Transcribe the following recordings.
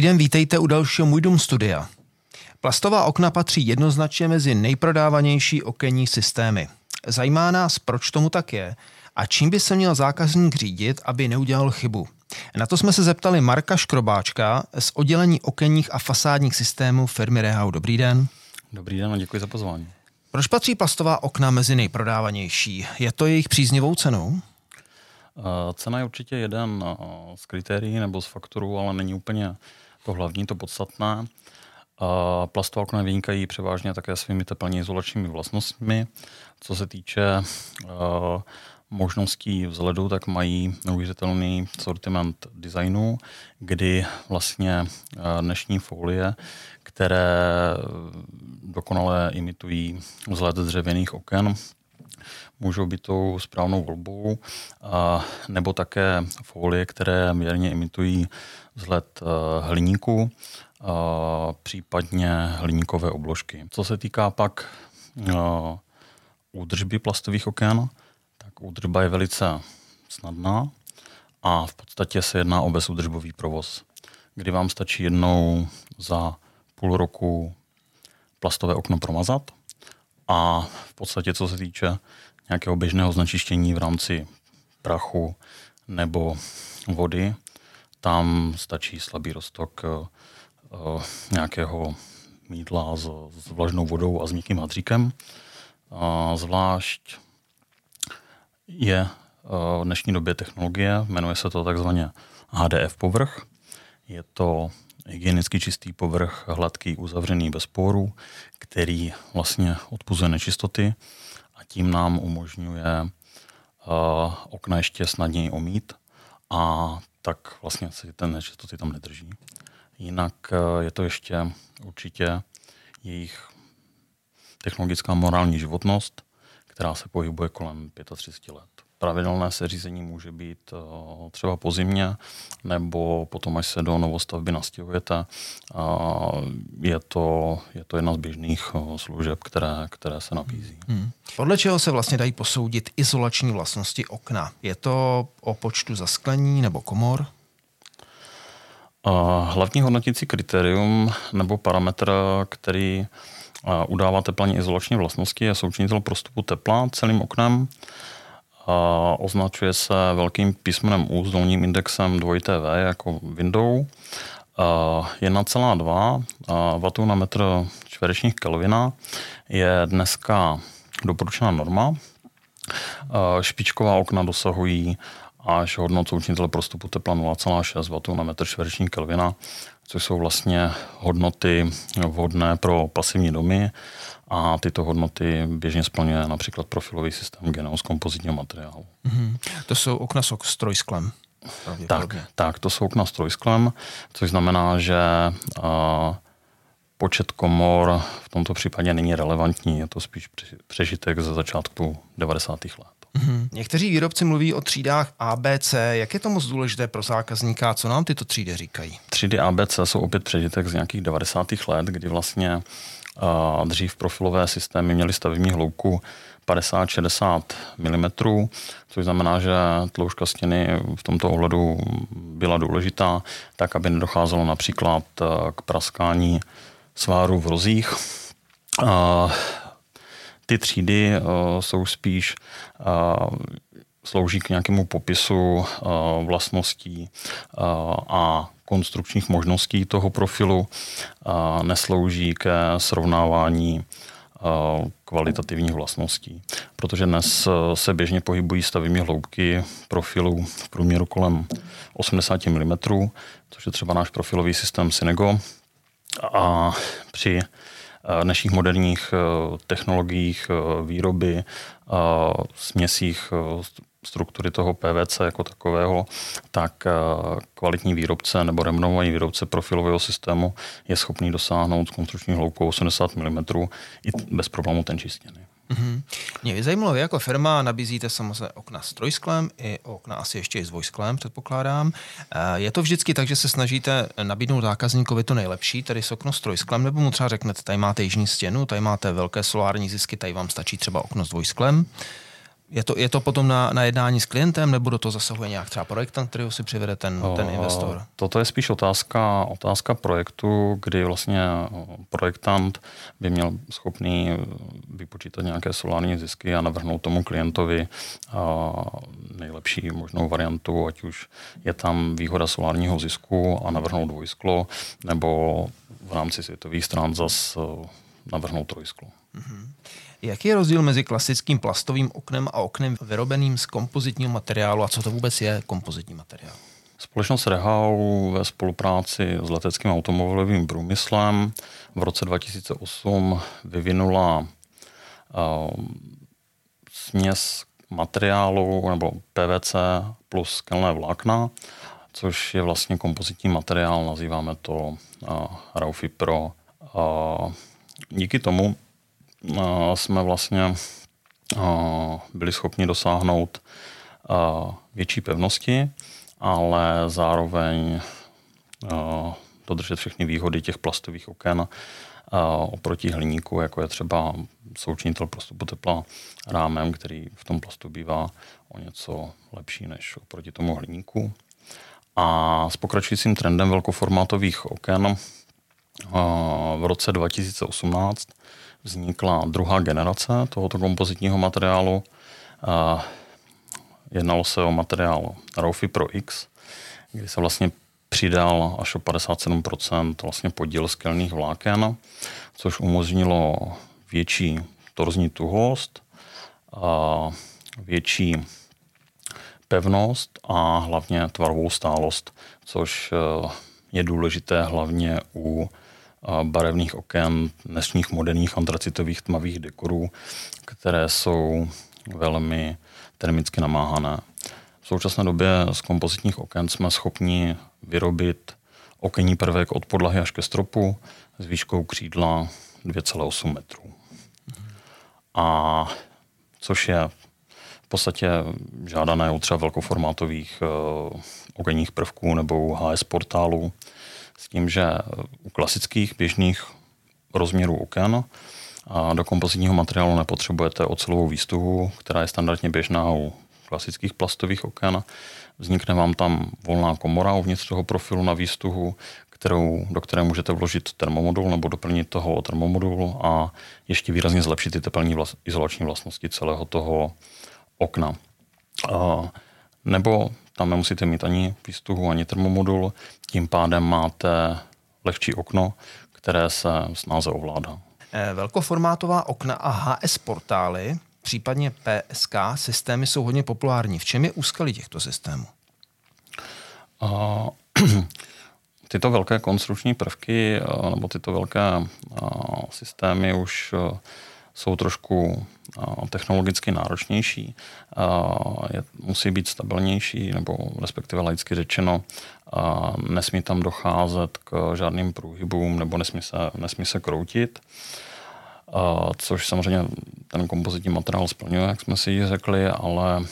den, vítejte u dalšího Můj dům studia. Plastová okna patří jednoznačně mezi nejprodávanější okenní systémy. Zajímá nás, proč tomu tak je a čím by se měl zákazník řídit, aby neudělal chybu. Na to jsme se zeptali Marka Škrobáčka z oddělení okenních a fasádních systémů firmy Rehau. Dobrý den. Dobrý den a děkuji za pozvání. Proč patří plastová okna mezi nejprodávanější? Je to jejich příznivou cenou? Cena je určitě jeden z kritérií nebo z faktorů, ale není úplně to hlavní, to podstatné. Plastová okna vynikají převážně také svými teplně izolačními vlastnostmi. Co se týče možností vzhledu, tak mají neuvěřitelný sortiment designu, kdy vlastně dnešní folie, které dokonale imitují vzhled dřevěných oken, můžou být tou správnou volbou, nebo také folie, které mírně imitují vzhled hliníku, případně hliníkové obložky. Co se týká pak údržby plastových oken, tak údržba je velice snadná a v podstatě se jedná o bezúdržbový provoz, kdy vám stačí jednou za půl roku plastové okno promazat a v podstatě, co se týče nějakého běžného znečištění v rámci prachu nebo vody, tam stačí slabý roztok nějakého mýdla s vlažnou vodou a s měkkým hadříkem. Zvlášť je v dnešní době technologie, jmenuje se to takzvaně HDF povrch. Je to hygienicky čistý povrch, hladký, uzavřený, bez porů, který vlastně odpuzuje nečistoty a tím nám umožňuje okna ještě snadněji omýt a tak vlastně si ten nečistoty tam nedrží. Jinak je to ještě určitě jejich technologická morální životnost, která se pohybuje kolem 35 let. Pravidelné seřízení může být třeba po zimě, nebo potom, až se do novostavby nastěhujete. Je to jedna z běžných služeb, které se nabízí. Podle čeho se vlastně dají posoudit izolační vlastnosti okna? Je to o počtu zasklení nebo komor? Hlavní hodnotící kritérium nebo parametr, který udává teplně izolační vlastnosti, je součinitel prostupu tepla celým oknem. Označuje se velkým písmenem U s dolním indexem 2V jako window. 1,2 W na metr čtverečních Kelvina je dneska doporučená norma. Špičková okna dosahují až hodnotu součinitele prostupu tepla 0,6 W na metr čtvereční Kelvina, což jsou vlastně hodnoty vhodné pro pasivní domy a tyto hodnoty běžně splňuje například profilový systém Geneos kompozitního materiálu. To jsou okna s trojsklem. Tak, to jsou okna s trojsklem, což znamená, že počet komor v tomto případě není relevantní, je to spíš přežitek ze začátku 90. let. Někteří výrobci mluví o třídách ABC. Jak je to moc důležité pro zákazníka? Co nám tyto třídy říkají? Třídy ABC jsou opět přežitek z nějakých 90. let, kdy vlastně dřív profilové systémy měly stavební hloubku 50-60 mm, což znamená, že tloušťka stěny v tomto ohledu byla důležitá, tak aby nedocházelo například k praskání sváru v rozích. Ty třídy jsou spíš slouží k nějakému popisu vlastností a konstrukčních možností toho profilu, neslouží ke srovnávání kvalitativních vlastností. Protože dnes se běžně pohybují stavební hloubky profilu v průměru kolem 80 mm, což je třeba náš profilový systém Synego. A při dnešních moderních technologiích výroby, směsích struktury toho PVC jako takového, tak kvalitní výrobce nebo renomovaný výrobce profilového systému je schopný dosáhnout s konstrukční hloubkou 80 mm i bez problému tenčí stěny. Mě by zajímalo, vy jako firma nabízíte samozřejmě okna s trojsklem i okna asi ještě i s dvojsklem, předpokládám. Je to vždycky tak, že se snažíte nabídnout zákazníkovi to nejlepší, tedy s okno s trojsklem, nebo mu třeba řeknete, tady máte jižní stěnu, tady máte velké solární zisky, tady vám stačí třeba okno s dvojsklem. Je to potom na jednání s klientem, nebo do toho zasahuje nějak třeba projektant, který si přivede ten investor? Toto je spíš otázka projektu, kdy vlastně projektant by měl schopný vypočítat nějaké solární zisky a navrhnout tomu klientovi nejlepší možnou variantu, ať už je tam výhoda solárního zisku a navrhnout dvojsklo, nebo v rámci světových stran zas navrhnout trojsklo. Mm-hmm. Jaký je rozdíl mezi klasickým plastovým oknem a oknem vyrobeným z kompozitního materiálu a co to vůbec je kompozitní materiál? Společnost Rehau ve spolupráci s leteckým automobilovým průmyslem v roce 2008 vyvinula směs materiálu nebo PVC plus skelné vlákna, což je vlastně kompozitní materiál, nazýváme to Raufi Pro. Díky tomu jsme vlastně byli schopni dosáhnout větší pevnosti, ale zároveň dodržet všechny výhody těch plastových oken oproti hliníku, jako je třeba součinitel postupu tepla rámem, který v tom plastu bývá o něco lepší než oproti tomu hliníku. A s pokračujícím trendem velkoformátových oken v roce 2018 vznikla druhá generace tohoto kompozitního materiálu. Jednalo se o materiál Raufi Pro X, kdy se vlastně přidal až o 57% vlastně podíl skelných vláken, což umožnilo větší torzní tuhost, větší pevnost a hlavně tvarovou stálost, což je důležité hlavně u barevných oken dnešních moderních antracitových tmavých dekorů, které jsou velmi termicky namáhané. V současné době z kompozitních oken jsme schopni vyrobit okenní prvek od podlahy až ke stropu s výškou křídla 2,8 metrů. A což je v podstatě žádané u třeba velkoformátových okenních prvků nebo u HS portálů, s tím, že u klasických běžných rozměrů oken do kompozitního materiálu nepotřebujete ocelovou výstuhu, která je standardně běžná u klasických plastových oken. Vznikne vám tam volná komora uvnitř toho profilu na výstuhu, do které můžete vložit termomodul nebo doplnit toho termomodul a ještě výrazně zlepšit ty teplní izolační vlastnosti celého toho okna. Nebo tam nemusíte mít ani výstuhu, ani termomodul, tím pádem máte lehčí okno, které se snáze ovládá. Velkoformátová okna a HS portály, případně PSK systémy jsou hodně populární. V čem je úskalí těchto systémů? Tyto velké konstrukční prvky nebo tyto velké systémy už jsou trošku technologicky náročnější, musí být stabilnější, nebo respektive laicky řečeno, nesmí tam docházet k žádným průhybům nebo nesmí se kroutit, což samozřejmě ten kompozitní materiál splňuje, jak jsme si ji řekli, ale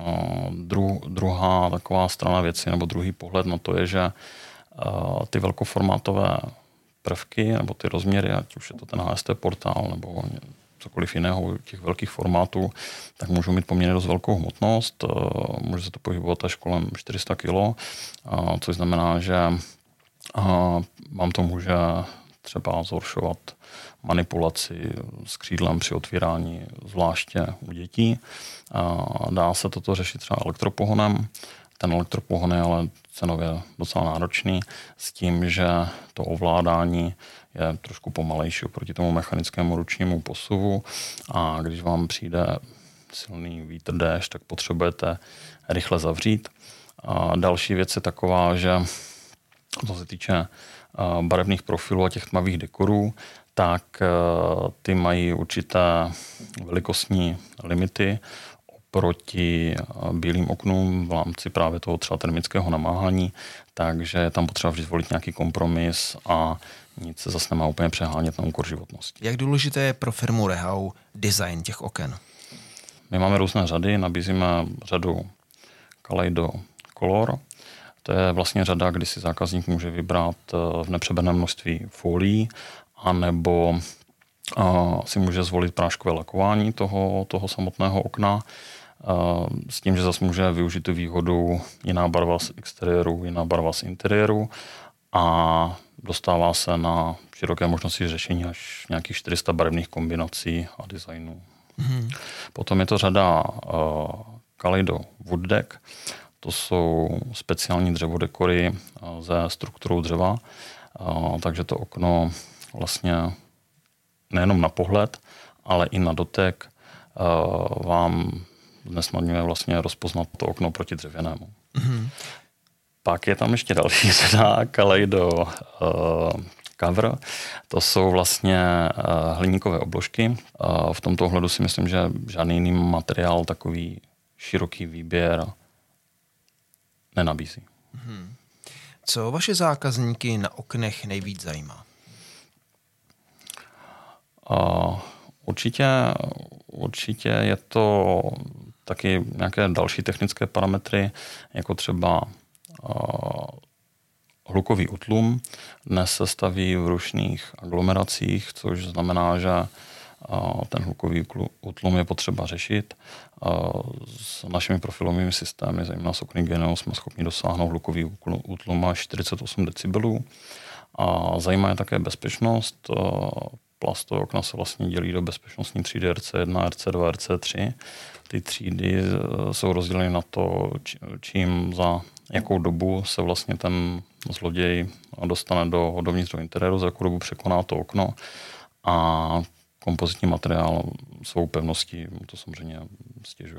druhá taková strana věci nebo druhý pohled na to je, že ty velkoformátové prvky nebo ty rozměry, ať už je to ten HST portál nebo cokoliv jiného těch velkých formátů, tak můžou mít poměrně dost velkou hmotnost. Může se to pohybovat až kolem 400 kg, což znamená, že vám to může třeba zhoršovat manipulaci s křídlem při otvírání, zvláště u dětí. Dá se toto řešit třeba elektropohonem. Ten elektropohon je ale cenově docela náročný s tím, že to ovládání je trošku pomalejší oproti tomu mechanickému ručnímu posuvu a když vám přijde silný vítr, déšť, tak potřebujete rychle zavřít. A další věc je taková, že co se týče barevných profilů a těch tmavých dekorů, tak ty mají určité velikostní limity proti bílým oknům v rámci právě toho třeba termického namáhání, takže je tam potřeba vždy zvolit nějaký kompromis a nic se zase nemá úplně přehánět na úkor životnosti. Jak důležité je pro firmu Rehau design těch oken? My máme různé řady, nabízíme řadu Kaleido Color. To je vlastně řada, kdy si zákazník může vybrat v nepřeberném množství folií, anebo si může zvolit práškové lakování toho samotného okna. s tím, že zase může využít tu výhodu jiná barva z exteriéru, jiná barva z interiéru a dostává se na široké možnosti řešení až nějakých 400 barevných kombinací a designů. Potom je to řada Kaleido Wood Deck. To jsou speciální dřevodekory ze strukturou dřeva, takže to okno vlastně nejenom na pohled, ale i na dotek vám znesnadňuje vlastně rozpoznat to okno proti dřevěnému. Pak je tam ještě další řada Kaleido Cover. To jsou vlastně hliníkové obložky. V tomto ohledu si myslím, že žádný jiný materiál takový široký výběr nenabízí. Co vaše zákazníky na oknech nejvíc zajímá? Určitě je to taky nějaké další technické parametry, jako třeba hlukový útlum. Dnes se staví v rušných aglomeracích, což znamená, že ten hlukový útlum je potřeba řešit. S našimi profilovými systémy, zejména s okny Geneo, jsme schopni dosáhnout hlukový útlum až 48 decibelů. A zajímá je také bezpečnost. Plastové okna se vlastně dělí do bezpečnostní třídy RC1, RC2, RC3. Ty třídy jsou rozděleny na to, čím za jakou dobu se vlastně ten zloděj dostane dovnitř do interiéru, za jakou dobu překoná to okno a kompozitní materiál svou pevností to samozřejmě stěžuje.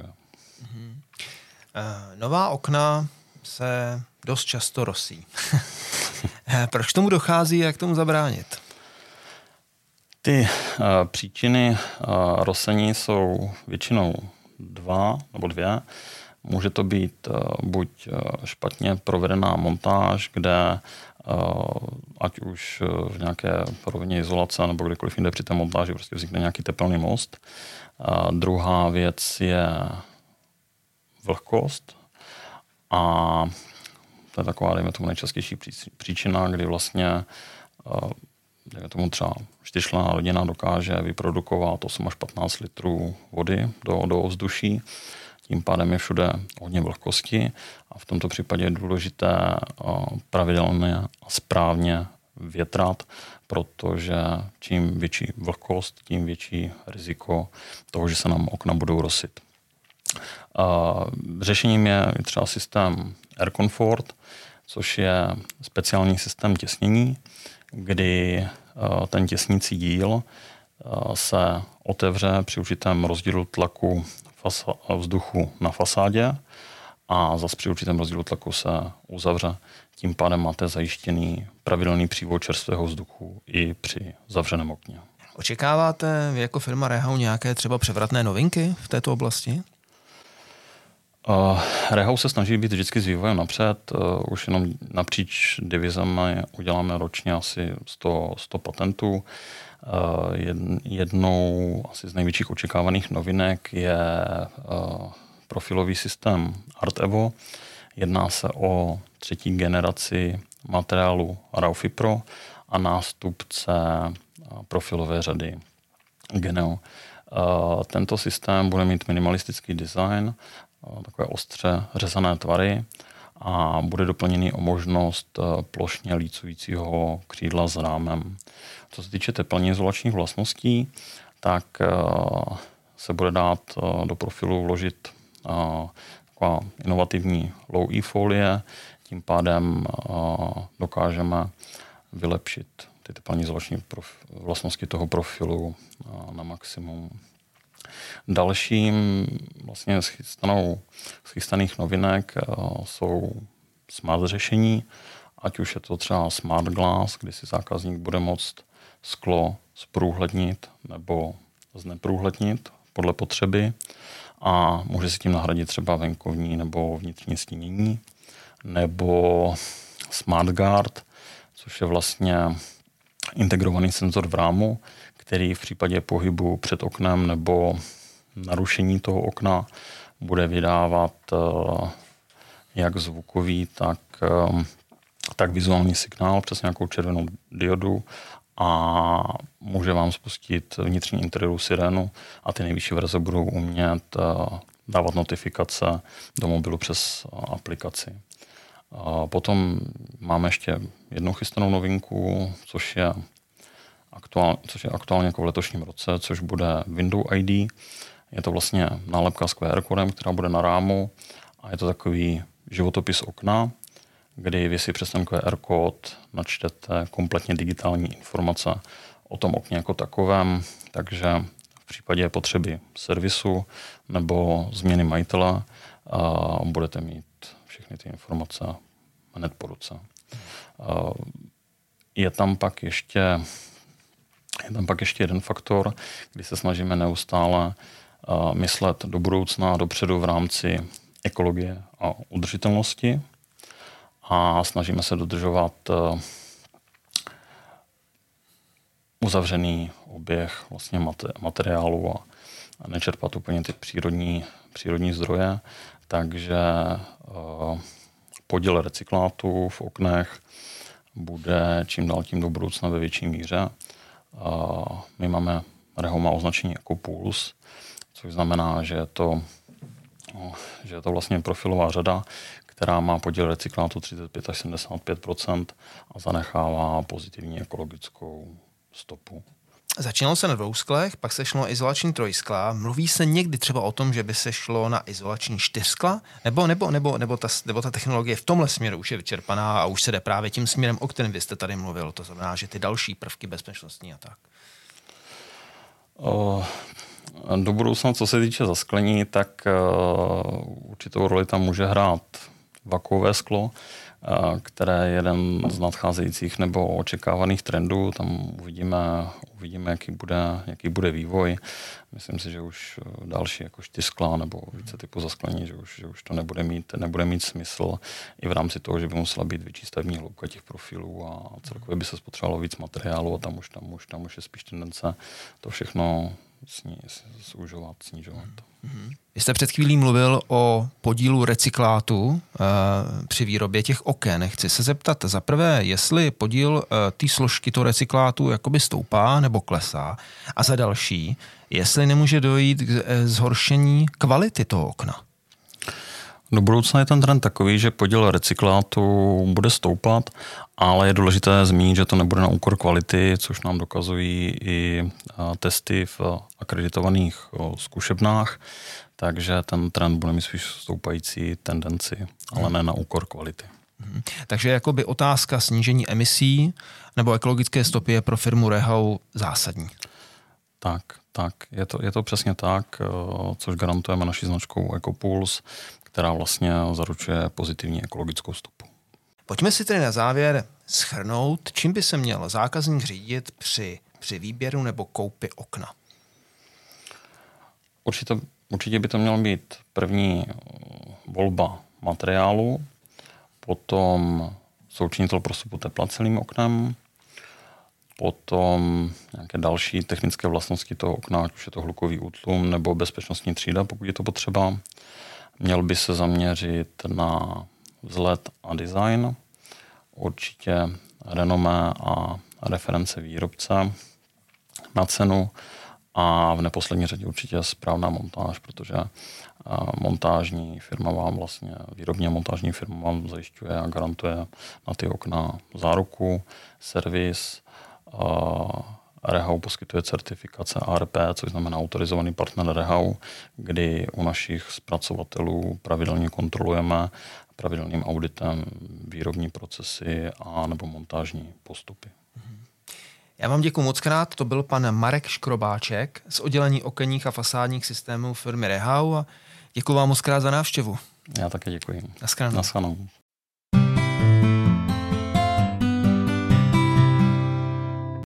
Nová okna se dost často rosí. Proč tomu dochází a jak tomu zabránit? Ty příčiny rosení jsou většinou dvě. Může to být buď špatně provedená montáž, kde ať už v nějaké rovině izolace nebo kdekoliv jinde při té montáži prostě vznikne nějaký tepelný most. Druhá věc je vlhkost a to je taková, dejme tomu, nejčastější příčina, kdy vlastně dejme tomu třeba 4členná rodina dokáže vyprodukovat 8 až 15 litrů vody do ovzduší. Tím pádem je všude hodně vlhkosti a v tomto případě je důležité pravidelně a správně větrat, protože čím větší vlhkost, tím větší riziko toho, že se nám okna budou rosit. Řešením je třeba systém Air Comfort, což je speciální systém těsnění, kdy ten těsnící díl se otevře při určitém rozdílu tlaku vzduchu na fasádě a zase při určitém rozdílu tlaku se uzavře. Tím pádem máte zajištěný pravidelný přívod čerstvého vzduchu i při zavřeném okně. Očekáváte vy jako firma Rehau nějaké třeba převratné novinky v této oblasti? Rehau se snaží být vždycky s vývojem napřed. Už jenom napříč divizemi uděláme ročně asi 100 patentů. Jednou asi z největších očekávaných novinek je profilový systém ArtEvo. Jedná se o 3. generaci materiálu Raufipro a nástupce profilové řady Geneo. Tento systém bude mít minimalistický design, takové ostře řezané tvary a bude doplněný o možnost plošně lícujícího křídla s rámem. Co se týče teplně izolačních vlastností, tak se bude dát do profilu vložit taková inovativní low-E folie, tím pádem dokážeme vylepšit ty teplně izolační vlastnosti toho profilu na maximum. Dalším vlastně schystaných novinek jsou smart řešení, ať už je to třeba smart glass, kdy si zákazník bude moct sklo zprůhlednit nebo zneprůhlednit podle potřeby a může si tím nahradit třeba venkovní nebo vnitřní stínění, nebo smart guard, což je vlastně integrovaný senzor v rámu, který v případě pohybu před oknem nebo narušení toho okna bude vydávat jak zvukový, tak vizuální signál přes nějakou červenou diodu a může vám spustit vnitřní interiéru sirénu a ty nejvyšší verze budou umět dávat notifikace do mobilu přes aplikaci. A potom máme ještě jednu chystanou novinku, což je aktuálně jako v letošním roce, což bude Window ID. Je to vlastně nálepka s QR kódem, která bude na rámu a je to takový životopis okna, kdy vy si přes ten QR kód načtete kompletně digitální informace o tom okně jako takovém, takže v případě potřeby servisu nebo změny majitele budete mít všechny ty informace hned po ruce. Je tam pak ještě jeden faktor, kdy se snažíme neustále myslet do budoucna a dopředu v rámci ekologie a udržitelnosti a snažíme se dodržovat uzavřený oběh vlastně materiálu a nečerpat úplně ty přírodní zdroje, takže podíl recyklátů v oknech bude čím dál tím do budoucna ve větší míře. My máme Rehau má označení EcoPulse, což znamená, že je to vlastně profilová řada, která má podíl recyklátu 35 až 75% a zanechává pozitivní ekologickou stopu. Začínalo se na dvousklech, pak se šlo na izolační trojskla. Mluví se někdy třeba o tom, že by se šlo na izolační čtyřskla? Nebo ta technologie v tomhle směru už je vyčerpaná a už se jde právě tím směrem, o kterém vy jste tady mluvil? To znamená, že ty další prvky bezpečnostní a tak. Do budoucna, co se týče zasklení, tak určitou roli tam může hrát vakuové sklo, které je jeden z nadcházejících nebo očekávaných trendů. Tam uvidíme jaký bude vývoj. Myslím si, že už další jako čtyřskla nebo více typu zasklení, že už to nebude mít smysl i v rámci toho, že by musela být větší stavební hloubka těch profilů a celkově by se spotřebovalo víc materiálu a tam už je spíš tendence to všechno snižovat. Vy jste před chvílí mluvil o podílu recyklátu při výrobě těch oken. Chci se zeptat za prvé, jestli podíl té složky toho recyklátu jakoby stoupá nebo klesá a za další, jestli nemůže dojít k zhoršení kvality toho okna. Do budoucna je ten trend takový, že podíl recyklátu bude stoupat, ale je důležité zmínit, že to nebude na úkor kvality, což nám dokazují i testy v akreditovaných zkušebnách, takže ten trend bude mít spíš stoupající tendenci, ale ne na úkor kvality. Takže jakoby otázka snížení emisí nebo ekologické stopy je pro firmu Rehau zásadní. Tak, je to přesně tak, což garantujeme naší značkou EcoPulse, která vlastně zaručuje pozitivní ekologickou stopu. Pojďme si tedy na závěr shrnout, čím by se měl zákazník řídit při výběru nebo koupi okna. Určitě by to měla být první volba materiálu, potom součinitel prostupu tepla celým oknem, potom nějaké další technické vlastnosti toho okna, ať už je to hlukový útlum nebo bezpečnostní třída, pokud je to potřeba. Měl by se zaměřit na vzhled a design, určitě renomé a reference výrobce, na cenu a v neposlední řadě určitě správná montáž, protože montážní firma výrobní montážní firma vám zajišťuje a garantuje na ty okna záruku, servis. Rehau poskytuje certifikace ARP, což znamená autorizovaný partner Rehau, kdy u našich zpracovatelů pravidelně kontrolujeme pravidelným auditem výrobní procesy a nebo montážní postupy. Já vám děkuji moc krát, to byl pan Marek Škrobáček z oddělení okenních a fasádních systémů firmy Rehau a děkuji vám moc krát za návštěvu. Já také děkuji. Naschledanou.